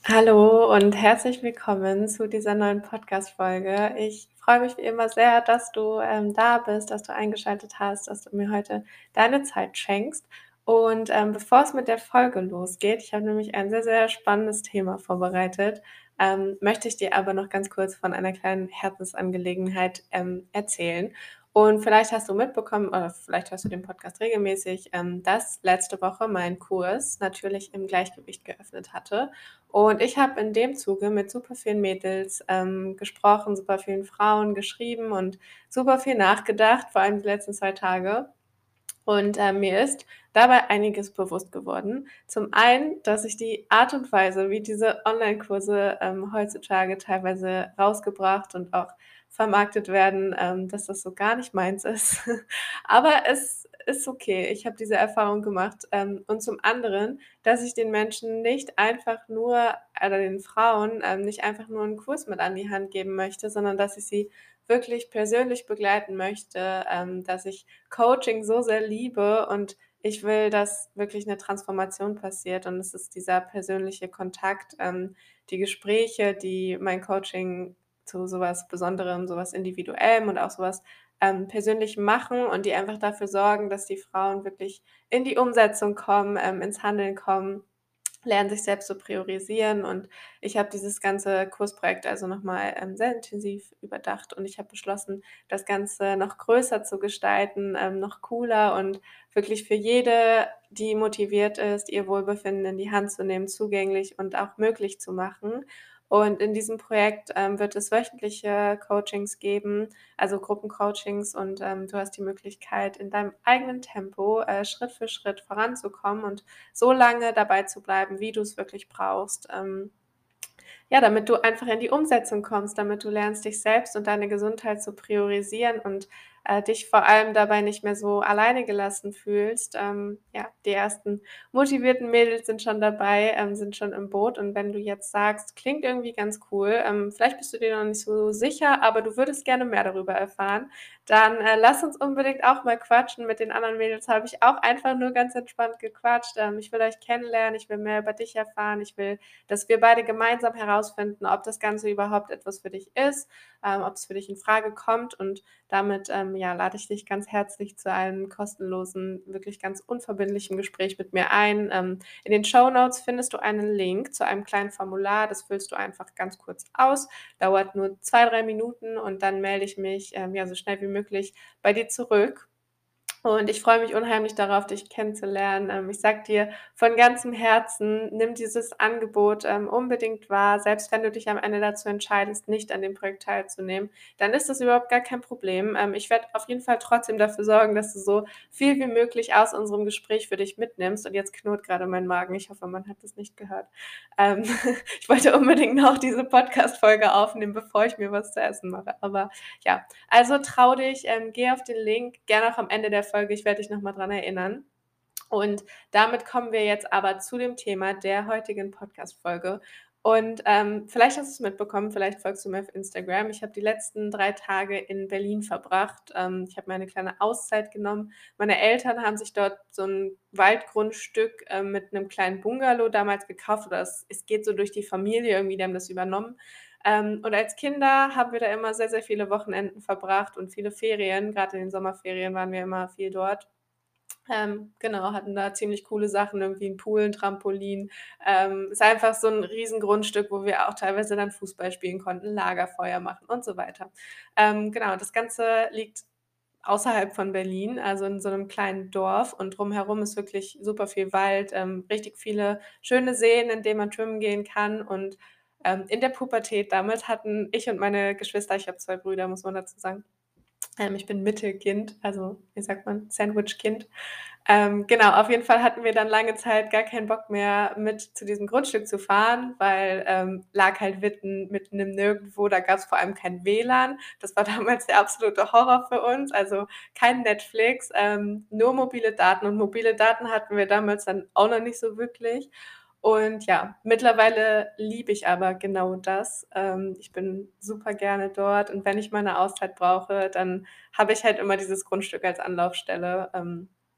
Hallo und herzlich willkommen zu dieser neuen Podcast-Folge. Ich freue mich wie immer sehr, dass du da bist, dass du eingeschaltet hast, dass du mir heute deine Zeit schenkst. Und bevor es mit der Folge losgeht, ich habe nämlich ein sehr, sehr spannendes Thema vorbereitet, möchte ich dir aber noch ganz kurz von einer kleinen Herzensangelegenheit erzählen. Und vielleicht hast du mitbekommen, oder vielleicht hörst du den Podcast regelmäßig, dass letzte Woche mein Kurs natürlich im Gleichgewicht geöffnet hatte. Und ich habe in dem Zuge mit super vielen Mädels, gesprochen, super vielen Frauen geschrieben und super viel nachgedacht, vor allem die letzten 2 Tage. Und, mir ist dabei einiges bewusst geworden. Zum einen, dass ich die Art und Weise, wie diese Online-Kurse, heutzutage teilweise rausgebracht und auch vermarktet werden, dass das so gar nicht meins ist. Aber es ist okay. Ich habe diese Erfahrung gemacht. Und zum anderen, dass ich den Menschen nicht einfach nur oder den Frauen, nicht einfach nur einen Kurs mit an die Hand geben möchte, sondern dass ich sie wirklich persönlich begleiten möchte, dass ich Coaching so sehr liebe und ich will, dass wirklich eine Transformation passiert und es ist dieser persönliche Kontakt, die Gespräche, die mein Coaching zu sowas Besonderem, sowas Individuellem und auch sowas Persönlichem machen und die einfach dafür sorgen, dass die Frauen wirklich in die Umsetzung kommen, ins Handeln kommen, lernen, sich selbst zu priorisieren. Und ich habe dieses ganze Kursprojekt also nochmal sehr intensiv überdacht und ich habe beschlossen, das Ganze noch größer zu gestalten, noch cooler und wirklich für jede, die motiviert ist, ihr Wohlbefinden in die Hand zu nehmen, zugänglich und auch möglich zu machen. Und in diesem Projekt, wird es wöchentliche Coachings geben, also Gruppencoachings und, du hast die Möglichkeit, in deinem eigenen Tempo, Schritt für Schritt voranzukommen und so lange dabei zu bleiben, wie du es wirklich brauchst. Ja, damit du einfach in die Umsetzung kommst, damit du lernst, dich selbst und deine Gesundheit zu priorisieren und, dich vor allem dabei nicht mehr so alleine gelassen fühlst. Ja, die ersten motivierten Mädels sind schon dabei, sind schon im Boot und wenn du jetzt sagst: „Klingt irgendwie ganz cool“, vielleicht bist du dir noch nicht so sicher, aber du würdest gerne mehr darüber erfahren, dann, lass uns unbedingt auch mal quatschen. Mit den anderen Mädels habe ich auch einfach nur ganz entspannt gequatscht. Ich will euch kennenlernen, ich will mehr über dich erfahren, ich will, dass wir beide gemeinsam herausfinden, ob das Ganze überhaupt etwas für dich ist, ob es für dich in Frage kommt. Und damit, ja, lade ich dich ganz herzlich zu einem kostenlosen, wirklich ganz unverbindlichen Gespräch mit mir ein. In den Shownotes findest du einen Link zu einem kleinen Formular. Das füllst du einfach ganz kurz aus. Dauert nur 2, 3 Minuten und dann melde ich mich, ja, so schnell wie möglich bei dir zurück. Und ich freue mich unheimlich darauf, dich kennenzulernen. Ich sage dir von ganzem Herzen, nimm dieses Angebot, unbedingt wahr. Selbst wenn du dich am Ende dazu entscheidest, nicht an dem Projekt teilzunehmen, dann ist das überhaupt gar kein Problem. Ich werde auf jeden Fall trotzdem dafür sorgen, dass du so viel wie möglich aus unserem Gespräch für dich mitnimmst. Und jetzt knurrt gerade mein Magen. Ich hoffe, man hat das nicht gehört. Ähm, ich wollte unbedingt noch diese Podcast-Folge aufnehmen, bevor ich mir was zu essen mache. Aber ja, also trau dich, geh auf den Link, gerne auch am Ende der Folge, ich werde dich noch mal dran erinnern. Und damit kommen wir jetzt aber zu dem Thema der heutigen Podcast-Folge. Und, vielleicht hast du es mitbekommen, vielleicht folgst du mir auf Instagram. Ich habe die letzten 3 Tage in Berlin verbracht. Ich habe mir eine kleine Auszeit genommen. Meine Eltern haben sich dort so ein Waldgrundstück, mit einem kleinen Bungalow damals gekauft oder es geht so durch die Familie irgendwie, die haben das übernommen. Und als Kinder haben wir da immer sehr, sehr viele Wochenenden verbracht und viele Ferien. Gerade in den Sommerferien waren wir immer viel dort. Genau, hatten da ziemlich coole Sachen, irgendwie 'n Pool, 'n Trampolin. Ist einfach so 'n Riesengrundstück, wo wir auch teilweise dann Fußball spielen konnten, Lagerfeuer machen und so weiter. Genau, das Ganze liegt außerhalb von Berlin, also in so 'nem kleinen Dorf und drumherum ist wirklich super viel Wald, richtig viele schöne Seen, in denen man schwimmen gehen kann und, in der Pubertät damals hatten ich und meine Geschwister ich habe 2 Brüder, muss man dazu sagen. Ich bin Mittelkind, also, wie sagt man, Sandwich-Kind. Genau, auf jeden Fall hatten wir dann lange Zeit gar keinen Bock mehr, mit zu diesem Grundstück zu fahren, weil, lag halt mitten im Nirgendwo, da gab's vor allem kein WLAN. Das war damals der absolute Horror für uns, also kein Netflix, nur mobile Daten und mobile Daten hatten wir damals dann auch noch nicht so wirklich. Und ja, mittlerweile liebe ich aber genau das. Ich bin super gerne dort und wenn ich mal 'ne Auszeit brauche, dann habe ich halt immer dieses Grundstück als Anlaufstelle.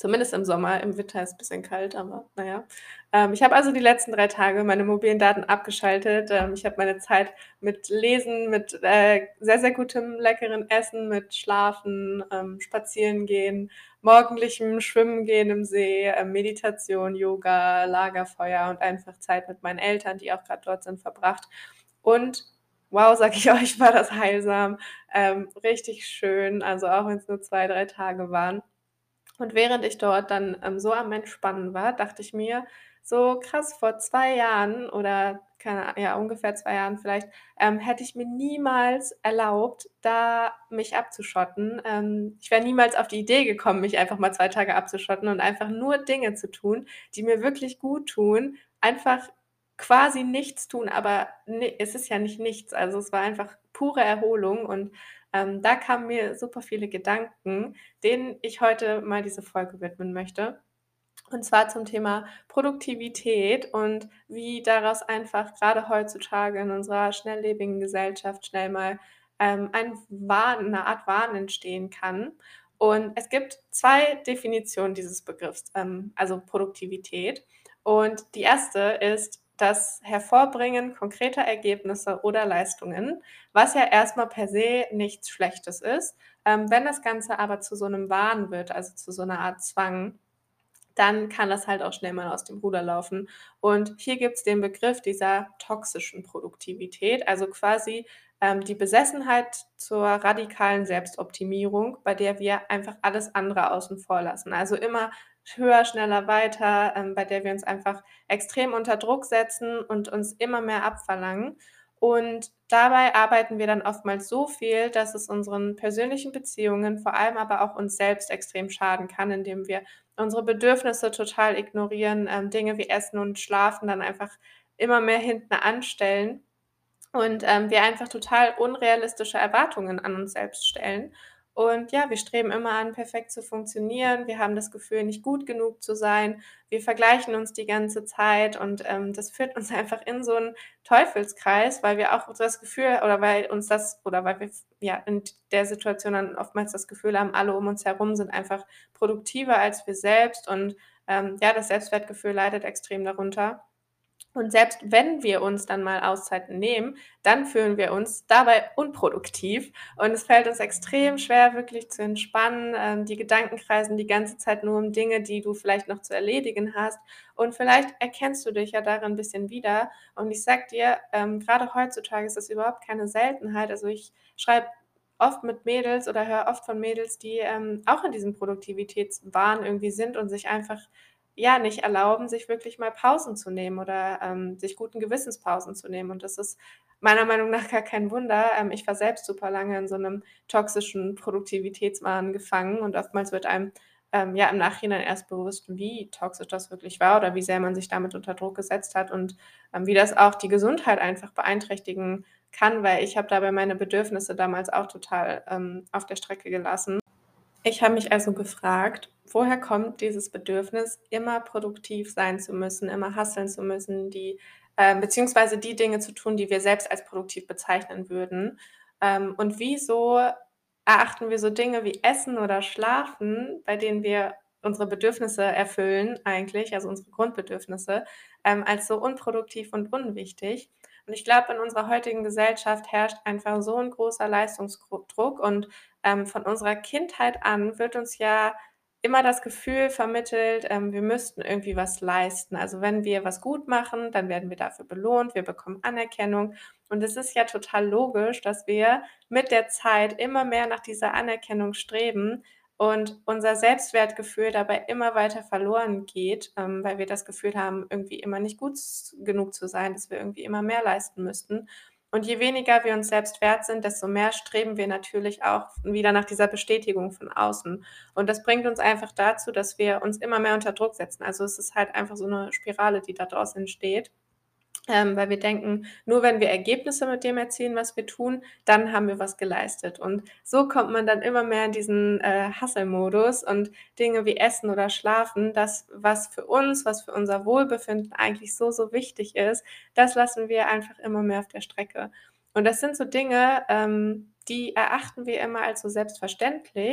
Zumindest im Sommer, im Winter ist es ein bisschen kalt, aber naja. Ich habe also die letzten 3 Tage meine mobilen Daten abgeschaltet. Ich habe meine Zeit mit Lesen, mit, sehr, sehr gutem, leckeren Essen, mit Schlafen, Spazierengehen, morgendlichem Schwimmen gehen im See, Meditation, Yoga, Lagerfeuer und einfach Zeit mit meinen Eltern, die auch gerade dort sind, verbracht. Und wow, sage ich euch, war das heilsam, richtig schön, also auch wenn es nur 2, 3 Tage waren. Und während ich dort dann, so am Entspannen war, dachte ich mir so: „Krass, vor 2 Jahren oder keine ja, ungefähr 2 Jahren vielleicht, hätte ich mir niemals erlaubt, da mich abzuschotten. Ich wäre niemals auf die Idee gekommen, mich einfach mal 2 Tage abzuschotten und einfach nur Dinge zu tun, die mir wirklich gut tun. Einfach quasi nichts tun, aber ne, es ist ja nicht nichts. Also, es war einfach pure Erholung und, da kamen mir super viele Gedanken, denen ich heute mal diese Folge widmen möchte. Und zwar zum Thema Produktivität und wie daraus einfach gerade heutzutage in unserer schnelllebigen Gesellschaft schnell mal, ein Wahn 'ne Art Wahn entstehen kann. Und es gibt 2 Definitionen dieses Begriffs, also Produktivität. Und die erste ist das Hervorbringen konkreter Ergebnisse oder Leistungen, was ja erstmal per se nichts Schlechtes ist. Wenn das Ganze aber zu so einem Wahn wird, also zu so einer Art Zwang, dann kann das halt auch schnell mal aus dem Ruder laufen. Und hier gibt's den Begriff dieser toxischen Produktivität, also quasi, die Besessenheit zur radikalen Selbstoptimierung, bei der wir einfach alles andere außen vor lassen. Also immer höher, schneller, weiter, bei der wir uns einfach extrem unter Druck setzen und uns immer mehr abverlangen. Und dabei arbeiten wir dann oftmals so viel, dass es unseren persönlichen Beziehungen, vor allem aber auch uns selbst extrem schaden kann, indem wir unsere Bedürfnisse total ignorieren, Dinge wie Essen und Schlafen dann einfach immer mehr hinten anstellen und, wir einfach total unrealistische Erwartungen an uns selbst stellen. Und ja, wir streben immer an, perfekt zu funktionieren. Wir haben das Gefühl, nicht gut genug zu sein. Wir vergleichen uns die ganze Zeit und, das führt uns einfach in so einen Teufelskreis, weil wir auch das Gefühl oder weil uns das oder weil wir ja, in der Situation dann oftmals das Gefühl haben, alle um uns herum sind einfach produktiver als wir selbst und, ja, das Selbstwertgefühl leidet extrem darunter. Und selbst wenn wir uns dann mal Auszeiten nehmen, dann fühlen wir uns dabei unproduktiv und es fällt uns extrem schwer, wirklich zu entspannen. Die Gedanken kreisen die ganze Zeit nur um Dinge, die du vielleicht noch zu erledigen hast. Und vielleicht erkennst du dich ja darin ein bisschen wieder. Und ich sage dir, grade heutzutage ist das überhaupt keine Seltenheit. Also, ich schreibe oft mit Mädels oder höre oft von Mädels, die, auch in diesem Produktivitätswahn irgendwie sind und sich einfach ja, nicht erlauben, sich wirklich mal Pausen zu nehmen oder, sich guten Gewissens Pausen zu nehmen. Und das ist meiner Meinung nach gar kein Wunder. Ich war selbst super lange in so einem toxischen Produktivitätswahn gefangen und oftmals wird einem, ja, im Nachhinein erst bewusst, wie toxisch das wirklich war oder wie sehr man sich damit unter Druck gesetzt hat und, wie das auch die Gesundheit einfach beeinträchtigen kann, weil ich habe dabei meine Bedürfnisse damals auch total, auf der Strecke gelassen. Ich habe mich also gefragt, woher kommt dieses Bedürfnis, immer produktiv sein zu müssen, immer hustlen zu müssen, die beziehungsweise die Dinge zu tun, die wir selbst als produktiv bezeichnen würden. Und wieso erachten wir so Dinge wie Essen oder Schlafen, bei denen wir unsere Bedürfnisse erfüllen eigentlich, also unsere Grundbedürfnisse, als so unproduktiv und unwichtig? Und ich glaube, in unserer heutigen Gesellschaft herrscht einfach so ein großer Leistungsdruck und von unserer Kindheit an wird uns ja immer das Gefühl vermittelt, wir müssten irgendwie was leisten. Also, wenn wir was gut machen, dann werden wir dafür belohnt, wir bekommen Anerkennung. Und es ist ja total logisch, dass wir mit der Zeit immer mehr nach dieser Anerkennung streben und unser Selbstwertgefühl dabei immer weiter verloren geht, weil wir das Gefühl haben, irgendwie immer nicht gut genug zu sein, dass wir irgendwie immer mehr leisten müssten. Und je weniger wir uns selbst wert sind, desto mehr streben wir natürlich auch wieder nach dieser Bestätigung von außen. Und das bringt uns einfach dazu, dass wir uns immer mehr unter Druck setzen. Also, es ist halt einfach so eine Spirale, die da draus entsteht, weil wir denken, nur wenn wir Ergebnisse mit dem erzielen, was wir tun, dann haben wir was geleistet. Und so kommt man dann immer mehr in diesen, Hustle-Modus und Dinge wie Essen oder Schlafen, das, was für uns, was für unser Wohlbefinden eigentlich so, so wichtig ist, das lassen wir einfach immer mehr auf der Strecke. Und das sind so Dinge, die erachten wir immer als so selbstverständlich,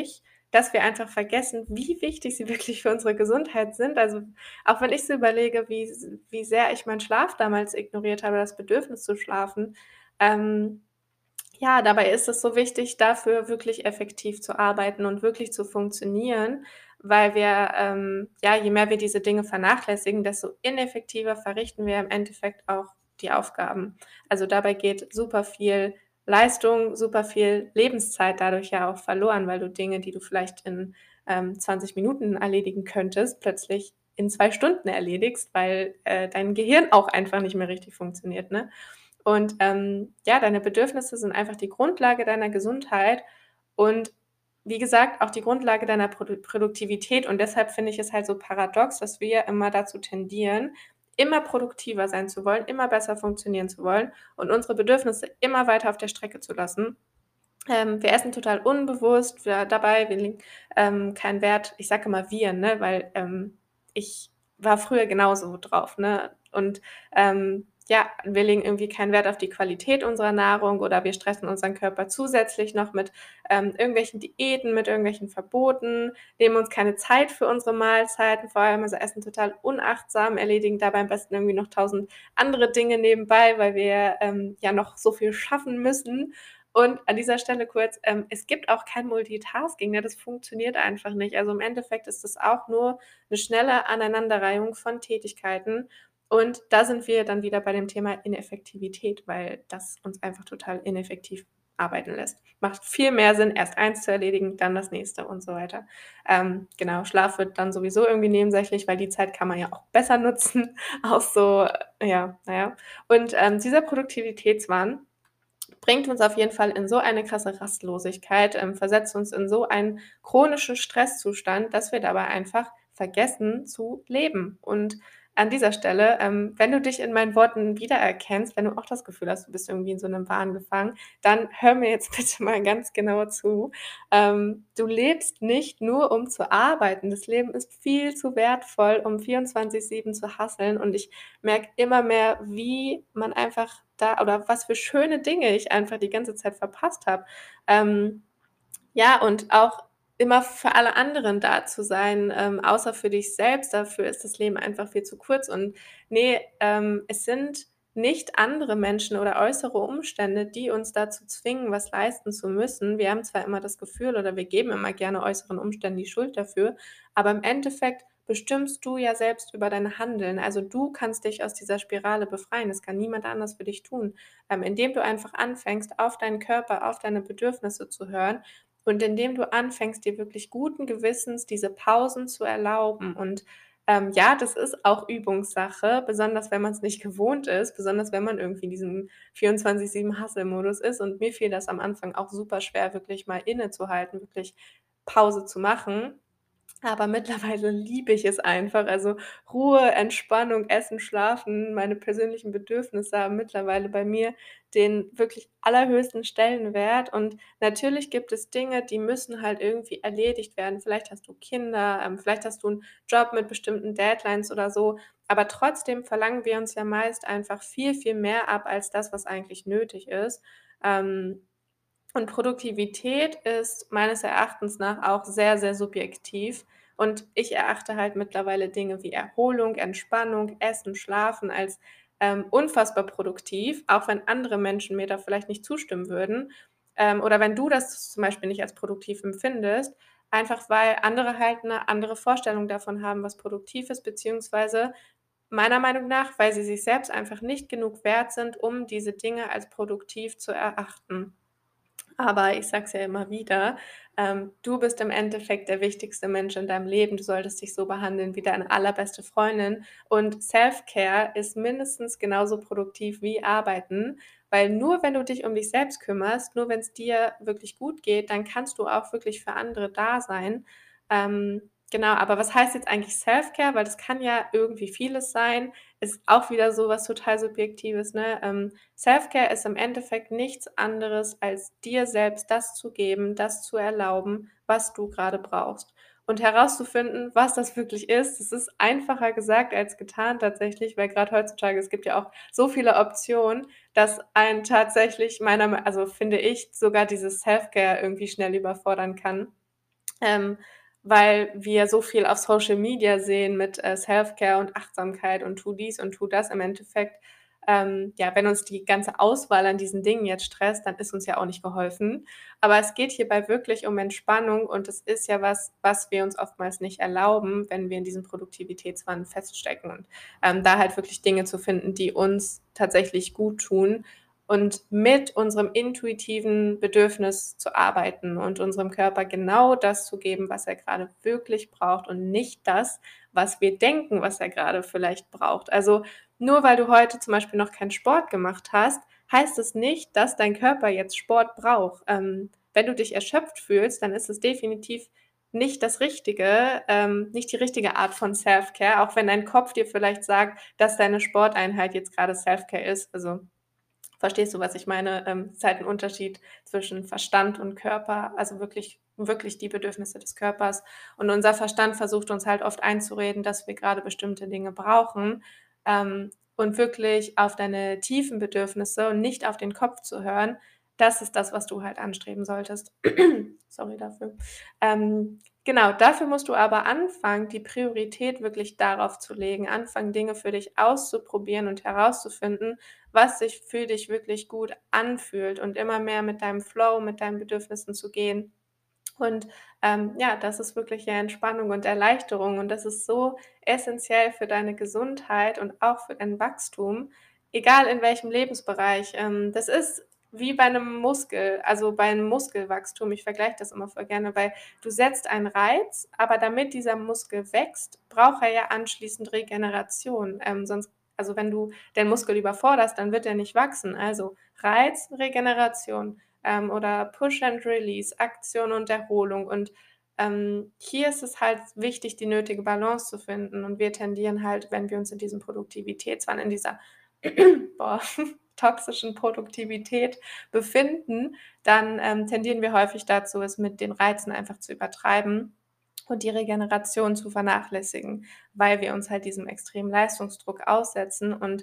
dass wir einfach vergessen, wie wichtig sie wirklich für unsere Gesundheit sind. Also, auch wenn ich so überlege, wie sehr ich meinen Schlaf damals ignoriert habe, das Bedürfnis zu schlafen, ähm, ja, dabei ist es so wichtig, dafür wirklich effektiv zu arbeiten und wirklich zu funktionieren, weil wir, ja, je mehr wir diese Dinge vernachlässigen, desto ineffektiver verrichten wir im Endeffekt auch die Aufgaben. Also, dabei geht super viel Leistung, super viel Lebenszeit dadurch ja auch verloren, weil du Dinge, die du vielleicht in, 20 Minuten erledigen könntest, plötzlich in 2 Stunden erledigst, weil, dein Gehirn auch einfach nicht mehr richtig funktioniert, ne? Und, ja, deine Bedürfnisse sind einfach die Grundlage deiner Gesundheit und wie gesagt, auch die Grundlage deiner Produktivität. Und deshalb finde ich es halt so paradox, dass wir immer dazu tendieren, immer produktiver sein zu wollen, immer besser funktionieren zu wollen und unsere Bedürfnisse immer weiter auf der Strecke zu lassen. Wir essen total unbewusst wir legen, keinen Wert, ich sage immer wir, ne, weil, ich war früher genauso drauf, ne? Und, ja, wir legen irgendwie keinen Wert auf die Qualität unserer Nahrung oder wir stressen unseren Körper zusätzlich noch mit, irgendwelchen Diäten, mit irgendwelchen Verboten, nehmen uns keine Zeit für unsere Mahlzeiten, vor allem also essen total unachtsam, erledigen dabei am besten irgendwie noch 1.000 andere Dinge nebenbei, weil wir, ja noch so viel schaffen müssen. Und an dieser Stelle kurz, es gibt auch kein Multitasking, ne? Das funktioniert einfach nicht. Also, im Endeffekt ist es auch nur 'ne schnelle Aneinanderreihung von Tätigkeiten. Und da sind wir dann wieder bei dem Thema Ineffektivität, weil das uns einfach total ineffektiv arbeiten lässt. Macht viel mehr Sinn, erst eins zu erledigen, dann das nächste und so weiter. Genau, Schlaf wird dann sowieso irgendwie nebensächlich, weil die Zeit kann man ja auch besser nutzen, auch so ja, na ja. Und, dieser Produktivitätswahn bringt uns auf jeden Fall in so eine krasse Rastlosigkeit, versetzt uns in so einen chronischen Stresszustand, dass wir dabei einfach vergessen zu leben. Und an dieser Stelle, wenn du dich in meinen Worten wiedererkennst, wenn du auch das Gefühl hast, du bist irgendwie in so einem Wahn gefangen, dann hör mir jetzt bitte mal ganz genau zu. Du lebst nicht nur, um zu arbeiten. Das Leben ist viel zu wertvoll, um 24/7 zu hustlen und ich merke immer mehr, wie man einfach da oder was für schöne Dinge ich einfach die ganze Zeit verpasst habe. Ähm, ja, und auch immer für alle anderen da zu sein, außer für dich selbst. Dafür ist das Leben einfach viel zu kurz. Und ne, es sind nicht andere Menschen oder äußere Umstände, die uns dazu zwingen, was leisten zu müssen. Wir haben zwar immer das Gefühl oder wir geben immer gerne äußeren Umständen die Schuld dafür, aber im Endeffekt bestimmst du ja selbst über dein Handeln. Also, du kannst dich aus dieser Spirale befreien. Das kann niemand anders für dich tun, indem du einfach anfängst, auf deinen Körper, auf deine Bedürfnisse zu hören und indem du anfängst, dir wirklich guten Gewissens diese Pausen zu erlauben und, ja, das ist auch Übungssache, besonders wenn man es nicht gewohnt ist, besonders wenn man irgendwie in diesem 24/7 Hustle-Modus ist und mir fiel das am Anfang auch super schwer, wirklich mal innezuhalten, wirklich Pause zu machen. Aber mittlerweile liebe ich es einfach. Also, Ruhe, Entspannung, Essen, Schlafen, meine persönlichen Bedürfnisse haben mittlerweile bei mir den wirklich allerhöchsten Stellenwert. Und natürlich gibt es Dinge, die müssen halt irgendwie erledigt werden. Vielleicht hast du Kinder, vielleicht hast du einen Job mit bestimmten Deadlines oder so. Aber trotzdem verlangen wir uns ja meist einfach viel, viel mehr ab als das, was eigentlich nötig ist. Ähm und Produktivität ist meines Erachtens nach auch sehr, sehr subjektiv. Und ich erachte halt mittlerweile Dinge wie Erholung, Entspannung, Essen, Schlafen als, unfassbar produktiv, auch wenn andere Menschen mir da vielleicht nicht zustimmen würden. Oder wenn du das zum Beispiel nicht als produktiv empfindest, einfach weil andere halt eine andere Vorstellung davon haben, was produktiv ist, beziehungsweise meiner Meinung nach, weil sie sich selbst einfach nicht genug wert sind, um diese Dinge als produktiv zu erachten. Aber ich sage es ja immer wieder, du bist im Endeffekt der wichtigste Mensch in deinem Leben. Du solltest dich so behandeln wie deine allerbeste Freundin. Und Self-Care ist mindestens genauso produktiv wie Arbeiten, weil nur wenn du dich um dich selbst kümmerst, nur wenn es dir wirklich gut geht, dann kannst du auch wirklich für andere da sein. Genau, aber was heißt jetzt eigentlich Self-Care? Weil das kann ja irgendwie vieles sein, ist auch wieder so was total Subjektives, ne? Self-Care ist im Endeffekt nichts anderes, als dir selbst das zu geben, das zu erlauben, was du gerade brauchst. Und herauszufinden, was das wirklich ist, das ist einfacher gesagt als getan tatsächlich, weil gerade heutzutage es gibt ja auch so viele Optionen, dass einen tatsächlich meiner also finde ich, sogar dieses Self-Care irgendwie schnell überfordern kann. ähm, weil wir so viel auf Social Media sehen mit, Self-Care und Achtsamkeit und tu dies und tu das. Im Endeffekt, ja, wenn uns die ganze Auswahl an diesen Dingen jetzt stresst, dann ist uns ja auch nicht geholfen. Aber es geht hierbei wirklich um Entspannung und es ist ja was, was wir uns oftmals nicht erlauben, wenn wir in diesem Produktivitätswahn feststecken und, da halt wirklich Dinge zu finden, die uns tatsächlich gut tun und mit unserem intuitiven Bedürfnis zu arbeiten und unserem Körper genau das zu geben, was er gerade wirklich braucht und nicht das, was wir denken, was er gerade vielleicht braucht. Also nur weil du heute zum Beispiel noch keinen Sport gemacht hast, heißt es nicht, dass dein Körper jetzt Sport braucht. Wenn du dich erschöpft fühlst, dann ist es definitiv nicht das Richtige, nicht die richtige Art von Self-Care, auch wenn dein Kopf dir vielleicht sagt, dass deine Sporteinheit jetzt gerade Self-Care ist. Also verstehst du, was ich meine? Es ist halt ein Unterschied zwischen Verstand und Körper, also wirklich die Bedürfnisse des Körpers. Und unser Verstand versucht uns halt oft einzureden, dass wir gerade bestimmte Dinge brauchen, und wirklich auf deine tiefen Bedürfnisse und nicht auf den Kopf zu hören, das ist das, was du halt anstreben solltest. Sorry dafür. Genau, dafür musst du aber anfangen, die Priorität wirklich darauf zu legen, anfangen, Dinge für dich auszuprobieren und herauszufinden, was sich für dich wirklich gut anfühlt und immer mehr mit deinem Flow, mit deinen Bedürfnissen zu gehen. Und, ja, das ist wirklich ja Entspannung und Erleichterung und das ist so essentiell für deine Gesundheit und auch für dein Wachstum, egal in welchem Lebensbereich. Das ist wie bei einem Muskel, also bei 'nem Muskelwachstum. Ich vergleiche das immer voll gerne, weil du setzt einen Reiz, aber damit dieser Muskel wächst, braucht er ja anschließend Regeneration. Sonst also, wenn du den Muskel überforderst, dann wird er nicht wachsen. Also, Reiz, Regeneration, oder Push and Release, Aktion und Erholung. Und hier ist es halt wichtig, die nötige Balance zu finden. Und wir tendieren halt, wenn wir uns in diesem Produktivitätswahn, in dieser boah, toxischen Produktivität befinden, dann tendieren wir häufig dazu, es mit den Reizen einfach zu übertreiben und die Regeneration zu vernachlässigen, weil wir uns halt diesem extremen Leistungsdruck aussetzen. Und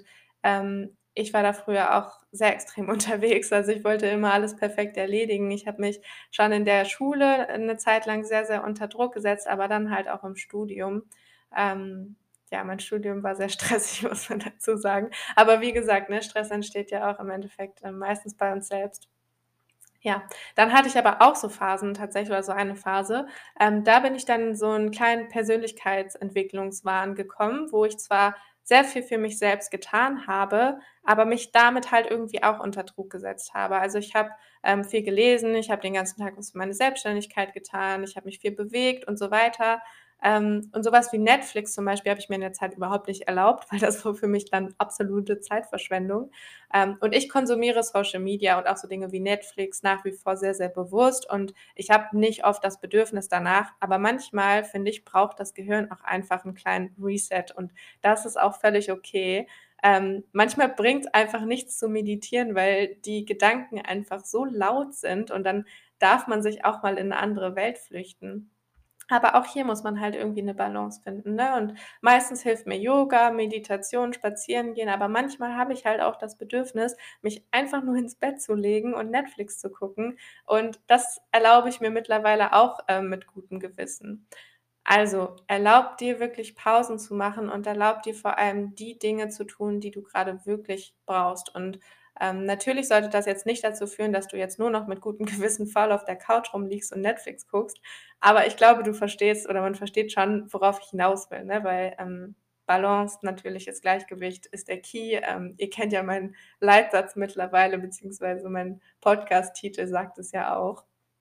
ich war da früher auch sehr extrem unterwegs. Also ich wollte immer alles perfekt erledigen. Ich habe mich schon in der Schule eine Zeit lang sehr, sehr unter Druck gesetzt, aber dann halt auch im Studium. Ähm, ja, mein Studium war sehr stressig, muss man dazu sagen. Aber wie gesagt, ne, Stress entsteht ja auch im Endeffekt meistens bei uns selbst. Ja, dann hatte ich aber auch so Phasen tatsächlich oder so eine Phase, da bin ich dann in so 'n kleinen Persönlichkeitsentwicklungswahn gekommen, wo ich zwar sehr viel für mich selbst getan habe, aber mich damit halt irgendwie auch unter Druck gesetzt habe. Also, ich habe, viel gelesen, ich habe den ganzen Tag was für meine Selbstständigkeit getan, ich habe mich viel bewegt und so weiter. Und so was wie Netflix zum Beispiel habe ich mir in der Zeit überhaupt nicht erlaubt, weil das war für mich dann absolute Zeitverschwendung. Und ich konsumiere Social Media und auch so Dinge wie Netflix nach wie vor sehr, sehr bewusst und ich habe nicht oft das Bedürfnis danach, aber manchmal, finde ich, braucht das Gehirn auch einfach einen kleinen Reset und das ist auch völlig okay. Manchmal bringt es einfach nichts zu meditieren, weil die Gedanken einfach so laut sind und dann darf man sich auch mal in eine andere Welt flüchten. Aber auch hier muss man halt irgendwie 'ne Balance finden, ne? Und meistens hilft mir Yoga, Meditation, Spazierengehen, aber manchmal habe ich halt auch das Bedürfnis, mich einfach nur ins Bett zu legen und Netflix zu gucken. Und das erlaube ich mir mittlerweile auch, mit gutem Gewissen. Also, erlaub dir wirklich Pausen zu machen und erlaub dir vor allem die Dinge zu tun, die du grade wirklich brauchst. Und, natürlich sollte das jetzt nicht dazu führen, dass du jetzt nur noch mit gutem Gewissen faul auf der Couch rumliegst und Netflix guckst. Aber ich glaube, du verstehst oder man versteht schon, worauf ich hinaus will, ne? Weil, Balance, natürliches Gleichgewicht ist der Key. Ihr kennt ja meinen Leitsatz mittlerweile, beziehungsweise mein Podcast-Titel sagt es ja auch.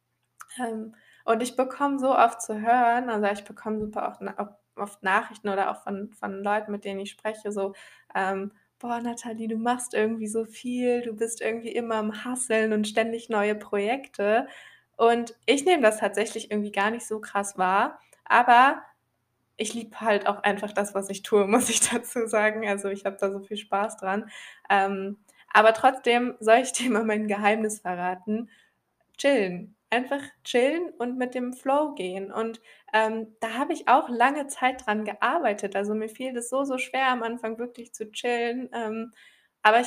Und ich bekomme so oft zu hören also, ich bekomme super oft Nachrichten oder auch von Leuten, mit denen ich spreche, so, „Boah, Nathalie, du machst irgendwie so viel, du bist irgendwie immer am Hasseln und ständig neue Projekte.“ Und ich nehme das tatsächlich irgendwie gar nicht so krass wahr, aber ich liebe halt auch einfach das, was ich tue, muss ich dazu sagen. Also, ich habe da so viel Spaß dran. Aber trotzdem soll ich dir mal mein Geheimnis verraten? Chillen. Einfach chillen und mit dem Flow gehen. Und, da habe ich auch lange Zeit dran gearbeitet. Also, mir fiel das so, so schwer am Anfang wirklich zu chillen. Aber ich habe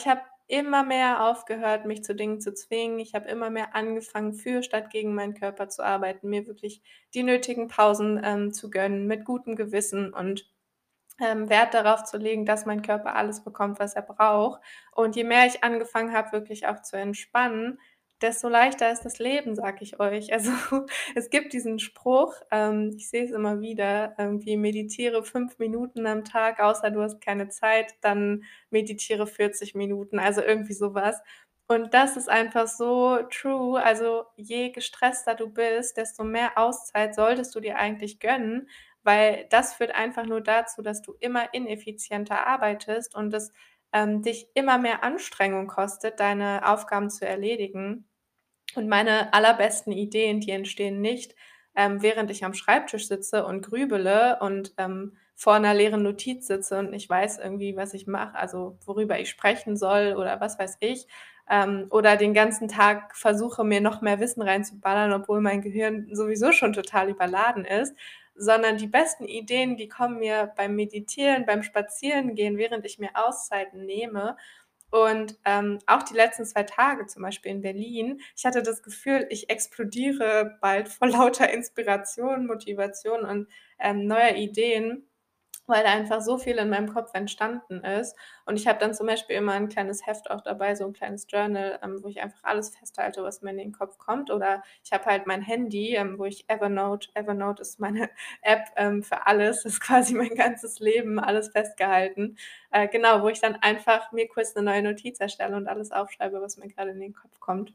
immer mehr aufgehört, mich zu Dingen zu zwingen. Ich habe immer mehr angefangen, für statt gegen meinen Körper zu arbeiten, mir wirklich die nötigen Pausen, zu gönnen mit gutem Gewissen und Wert darauf zu legen, dass mein Körper alles bekommt, was er braucht. Und je mehr ich angefangen habe, wirklich auch zu entspannen, desto leichter ist das Leben, sage ich euch. Also, es gibt diesen Spruch, ich sehe es immer wieder, irgendwie: „Meditiere 5 Minuten am Tag, außer du hast keine Zeit, dann meditiere 40 Minuten“, also irgendwie sowas. Und das ist einfach so true. Also, je gestresster du bist, desto mehr Auszeit solltest du dir eigentlich gönnen, weil das führt einfach nur dazu, dass du immer ineffizienter arbeitest und es, dich immer mehr Anstrengung kostet, deine Aufgaben zu erledigen. Und meine allerbesten Ideen, die entstehen nicht, während ich am Schreibtisch sitze und grübele und, vor einer leeren Notiz sitze und nicht weiß irgendwie, was ich mache, also worüber ich sprechen soll oder was weiß ich, oder den ganzen Tag versuche, mir noch mehr Wissen reinzuballern, obwohl mein Gehirn sowieso schon total überladen ist, sondern die besten Ideen, die kommen mir beim Meditieren, beim Spazierengehen, während ich mir Auszeiten nehme. Und, auch die letzten 2 Tage, zum Beispiel in Berlin, ich hatte das Gefühl, ich explodiere bald vor lauter Inspiration, Motivation und, neuer Ideen, weil da einfach so viel in meinem Kopf entstanden ist. Und ich habe dann zum Beispiel immer ein kleines Heft auch dabei, so ein kleines Journal, wo ich einfach alles festhalte, was mir in den Kopf kommt. Oder ich habe halt mein Handy, wo ich Evernote ist meine App, für alles, ist quasi mein ganzes Leben, alles festgehalten. Genau, wo ich dann einfach mir kurz eine neue Notiz erstelle und alles aufschreibe, was mir gerade in den Kopf kommt.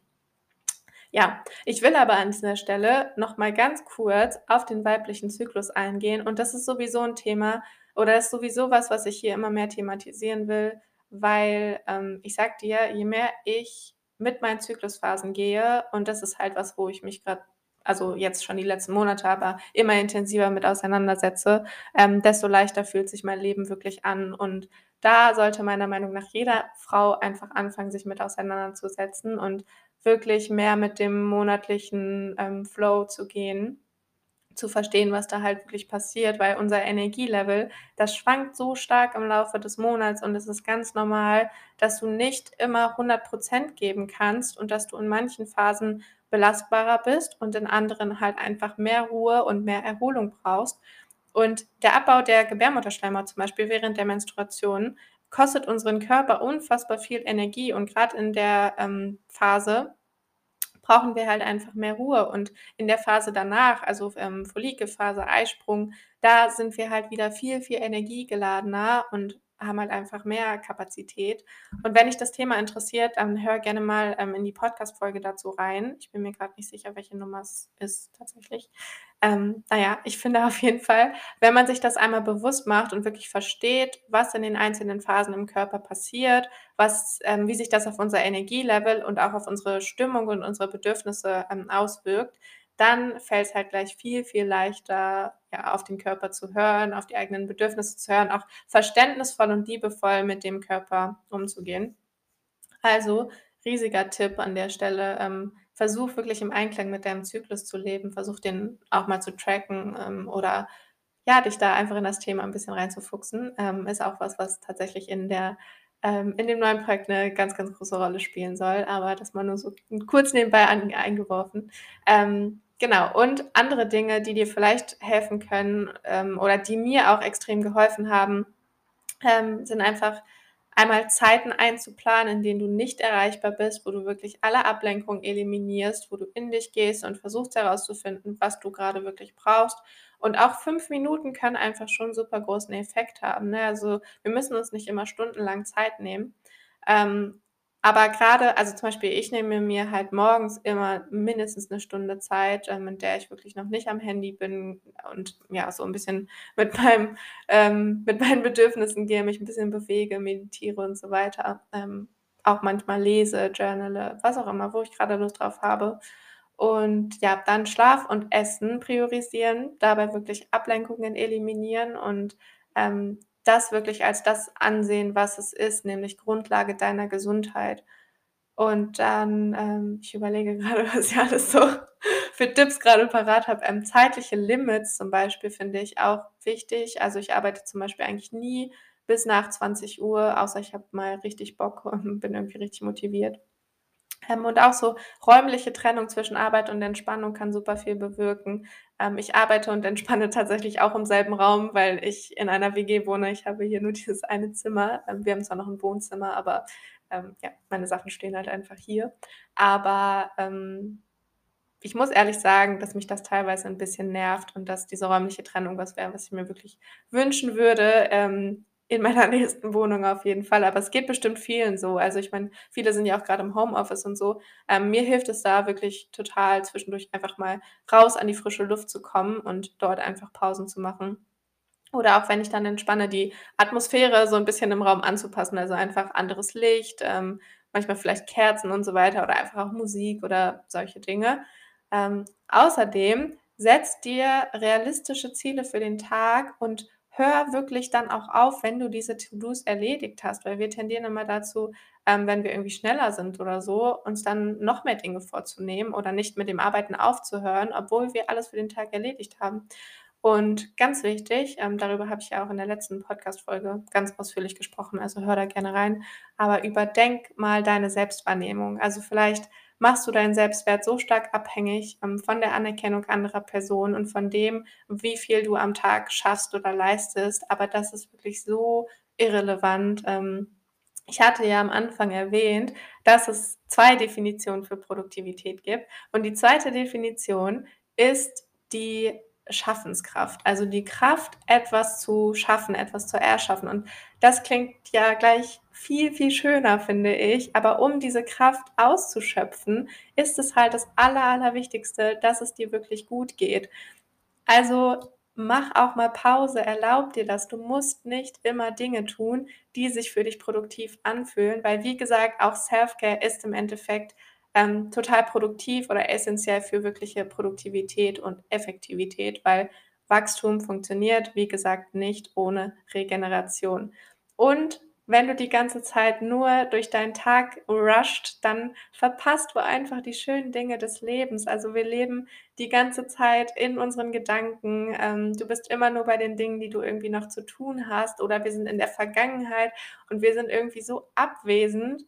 Ja, ich will aber an dieser Stelle noch mal ganz kurz auf den weiblichen Zyklus eingehen und das ist sowieso ein Thema oder ist sowieso was, was ich hier immer mehr thematisieren will, weil, ich sage dir, je mehr ich mit meinen Zyklusphasen gehe und das ist halt was, wo ich mich gerade, also jetzt schon die letzten Monate, aber immer intensiver mit auseinandersetze, desto leichter fühlt sich mein Leben wirklich an. Und da sollte meiner Meinung nach jede Frau einfach anfangen, sich mit auseinanderzusetzen und wirklich mehr mit dem monatlichen, Flow zu gehen, zu verstehen, was da halt wirklich passiert, weil unser Energielevel, das schwankt so stark im Laufe des Monats und es ist ganz normal, dass du nicht immer 100% geben kannst und dass du in manchen Phasen belastbarer bist und in anderen halt einfach mehr Ruhe und mehr Erholung brauchst. Und der Abbau der Gebärmutterschleimhaut zum Beispiel während der Menstruation kostet unseren Körper unfassbar viel Energie und gerade in der, Phase brauchen wir halt einfach mehr Ruhe. Und in der Phase danach, also, Follikelphase, Eisprung, da sind wir halt wieder viel, viel energiegeladener und haben halt einfach mehr Kapazität. Und wenn dich das Thema interessiert, dann hör gerne mal, in die Podcast-Folge dazu rein. Ich bin mir gerade nicht sicher, welche Nummer es ist tatsächlich. Na ja, ich finde auf jeden Fall, wenn man sich das einmal bewusst macht und wirklich versteht, was in den einzelnen Phasen im Körper passiert, wie sich das auf unser Energielevel und auch auf unsere Stimmung und unsere Bedürfnisse, auswirkt, dann fällt es halt gleich viel, viel leichter, ja, auf den Körper zu hören, auf die eigenen Bedürfnisse zu hören, auch verständnisvoll und liebevoll mit dem Körper umzugehen. Also, riesiger Tipp an der Stelle, versuch wirklich im Einklang mit deinem Zyklus zu leben, versuch den auch mal zu tracken, oder ja, dich da einfach in das Thema ein bisschen reinzufuchsen, ist auch was, was tatsächlich in dem neuen Projekt eine ganz, ganz große Rolle spielen soll, aber das mal nur so kurz nebenbei eingeworfen. Genau, und andere Dinge, die dir vielleicht helfen können, oder die mir auch extrem geholfen haben, sind einfach einmal Zeiten einzuplanen, in denen du nicht erreichbar bist, wo du wirklich alle Ablenkungen eliminierst, wo du in dich gehst und versuchst herauszufinden, was du gerade wirklich brauchst. Und auch 5 Minuten können einfach schon 'n super großen Effekt haben, ne? Also, wir müssen uns nicht immer stundenlang Zeit nehmen. Ähm, aber gerade, also, zum Beispiel, ich nehme mir halt morgens immer mindestens eine Stunde Zeit, in der ich wirklich noch nicht am Handy bin und, ja, so ein bisschen mit mit meinen Bedürfnissen gehe, mich ein bisschen bewege, meditiere und so weiter. Auch manchmal lese, journale, was auch immer, wo ich gerade Lust drauf habe. Und ja, dann Schlaf und Essen priorisieren, dabei wirklich Ablenkungen eliminieren und, das wirklich als das ansehen, was es ist, nämlich Grundlage deiner Gesundheit. Und dann, ich überlege gerade, was ich alles so für Tipps gerade parat habe. Zeitliche Limits zum Beispiel finde ich auch wichtig. Also, ich arbeite zum Beispiel eigentlich nie bis nach 20 Uhr, außer ich habe mal richtig Bock und bin irgendwie richtig motiviert. Und auch so räumliche Trennung zwischen Arbeit und Entspannung kann super viel bewirken. Ich arbeite und entspanne tatsächlich auch im selben Raum, weil ich in einer WG wohne. Ich habe hier nur dieses eine Zimmer. Wir haben zwar noch ein Wohnzimmer, aber, ja, meine Sachen stehen halt einfach hier. Aber, ich muss ehrlich sagen, dass mich das teilweise ein bisschen nervt und dass diese räumliche Trennung was wäre, was ich mir wirklich wünschen würde, in meiner nächsten Wohnung auf jeden Fall. Aber es geht bestimmt vielen so. Also, ich meine, viele sind ja auch grade im Homeoffice und so. Mir hilft es da wirklich total, zwischendurch einfach mal raus an die frische Luft zu kommen und dort einfach Pausen zu machen. Oder auch wenn ich dann entspanne, die Atmosphäre so 'n bisschen im Raum anzupassen, also einfach anderes Licht, manchmal vielleicht Kerzen und so weiter oder einfach auch Musik oder solche Dinge. Außerdem setz dir realistische Ziele für den Tag und hör wirklich dann auch auf, wenn du diese To-dos erledigt hast, weil wir tendieren immer dazu, wenn wir irgendwie schneller sind oder so, uns dann noch mehr Dinge vorzunehmen oder nicht mit dem Arbeiten aufzuhören, obwohl wir alles für den Tag erledigt haben. Und ganz wichtig, darüber habe ich ja auch in der letzten Podcast-Folge ganz ausführlich gesprochen, also hör da gerne rein, aber überdenk mal deine Selbstwahrnehmung. Also vielleicht machst du deinen Selbstwert so stark abhängig, von der Anerkennung anderer Personen und von dem, wie viel du am Tag schaffst oder leistest, aber das ist wirklich so irrelevant. Ich hatte ja am Anfang erwähnt, dass es 2 Definitionen für Produktivität gibt und die zweite Definition ist die Schaffenskraft, also die Kraft, etwas zu schaffen, etwas zu erschaffen. Und das klingt ja gleich viel, viel schöner, finde ich. Aber um diese Kraft auszuschöpfen, ist es halt das Allerwichtigste, dass es dir wirklich gut geht. Also, mach auch mal Pause, erlaub dir das. Du musst nicht immer Dinge tun, die sich für dich produktiv anfühlen, weil wie gesagt, auch Self-Care ist im Endeffekt, total produktiv oder essenziell für wirkliche Produktivität und Effektivität, weil Wachstum funktioniert, wie gesagt, nicht ohne Regeneration. Und wenn du die ganze Zeit nur durch deinen Tag rusht, dann verpasst du einfach die schönen Dinge des Lebens. Also, wir leben die ganze Zeit in unseren Gedanken. Du bist immer nur bei den Dingen, die du irgendwie noch zu tun hast, oder wir sind in der Vergangenheit und wir sind irgendwie so abwesend,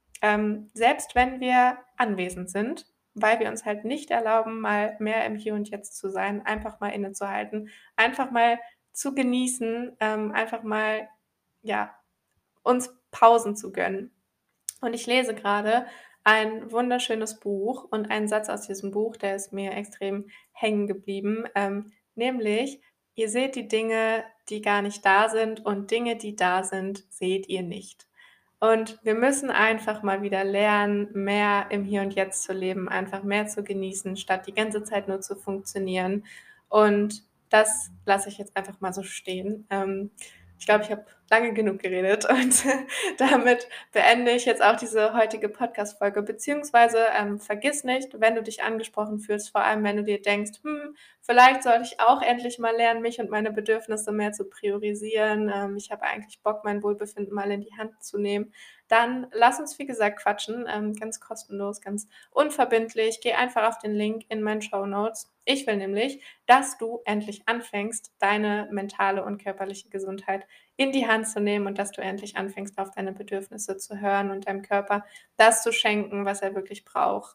selbst wenn wir anwesend sind, weil wir uns halt nicht erlauben, mal mehr im Hier und Jetzt zu sein, einfach mal innezuhalten, einfach mal zu genießen, einfach mal, ja, uns Pausen zu gönnen. Und ich lese gerade ein wunderschönes Buch und einen Satz aus diesem Buch, der ist mir extrem hängen geblieben, nämlich: „Ihr seht die Dinge, die gar nicht da sind, und Dinge, die da sind, seht ihr nicht.“ Und wir müssen einfach mal wieder lernen, mehr im Hier und Jetzt zu leben, einfach mehr zu genießen, statt die ganze Zeit nur zu funktionieren. Und das lasse ich jetzt einfach mal so stehen. Ich glaube, ich habe lange genug geredet und damit beende ich jetzt auch diese heutige Podcast-Folge. Beziehungsweise vergiss nicht, wenn du dich angesprochen fühlst, vor allem wenn du dir denkst, vielleicht sollte ich auch endlich mal lernen, mich und meine Bedürfnisse mehr zu priorisieren. Ich habe eigentlich Bock, mein Wohlbefinden mal in die Hand zu nehmen. Dann lass uns, wie gesagt, quatschen. Ganz kostenlos, ganz unverbindlich. Geh einfach auf den Link in meinen Show Notes. Ich will nämlich, dass du endlich anfängst, deine mentale und körperliche Gesundheit in die Hand zu nehmen und dass du endlich anfängst, auf deine Bedürfnisse zu hören und deinem Körper das zu schenken, was er wirklich braucht.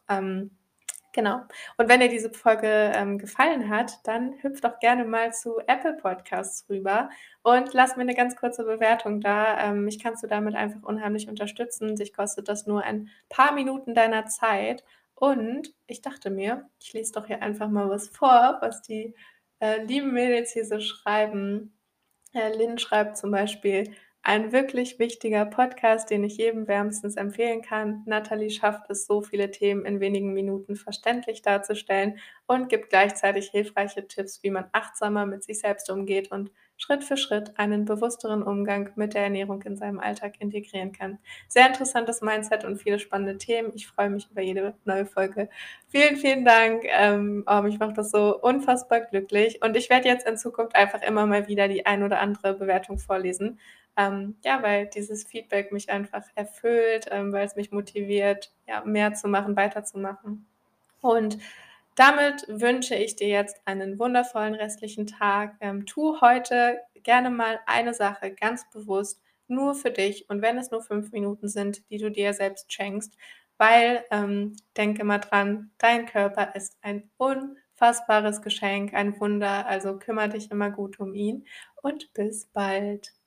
Genau. Und wenn dir diese Folge gefallen hat, dann hüpf doch gerne mal zu Apple Podcasts rüber und lass mir eine ganz kurze Bewertung da. Mich kannst du damit einfach unheimlich unterstützen. Dich kostet das nur ein paar Minuten deiner Zeit. Und ich dachte mir, ich lese doch hier einfach mal was vor, was die lieben Mädels hier so schreiben. Lynn schreibt zum Beispiel: „Ein wirklich wichtiger Podcast, den ich jedem wärmstens empfehlen kann. Natalie schafft es, so viele Themen in wenigen Minuten verständlich darzustellen und gibt gleichzeitig hilfreiche Tipps, wie man achtsamer mit sich selbst umgeht und Schritt für Schritt einen bewussteren Umgang mit der Ernährung in seinem Alltag integrieren kann. Sehr interessantes Mindset und viele spannende Themen. Ich freue mich über jede neue Folge. Vielen, vielen Dank. Mich macht das so unfassbar glücklich. Und ich werde jetzt in Zukunft einfach immer mal wieder die ein oder andere Bewertung vorlesen. Ja, weil dieses Feedback mich einfach erfüllt, weil es mich motiviert, ja, mehr zu machen, weiterzumachen. Und damit wünsche ich dir jetzt einen wundervollen restlichen Tag. Tu heute gerne mal eine Sache ganz bewusst nur für dich und wenn es nur 5 Minuten sind, die du dir selbst schenkst, weil, denke mal dran, dein Körper ist ein unfassbares Geschenk, ein Wunder, also kümmere dich immer gut um ihn und bis bald.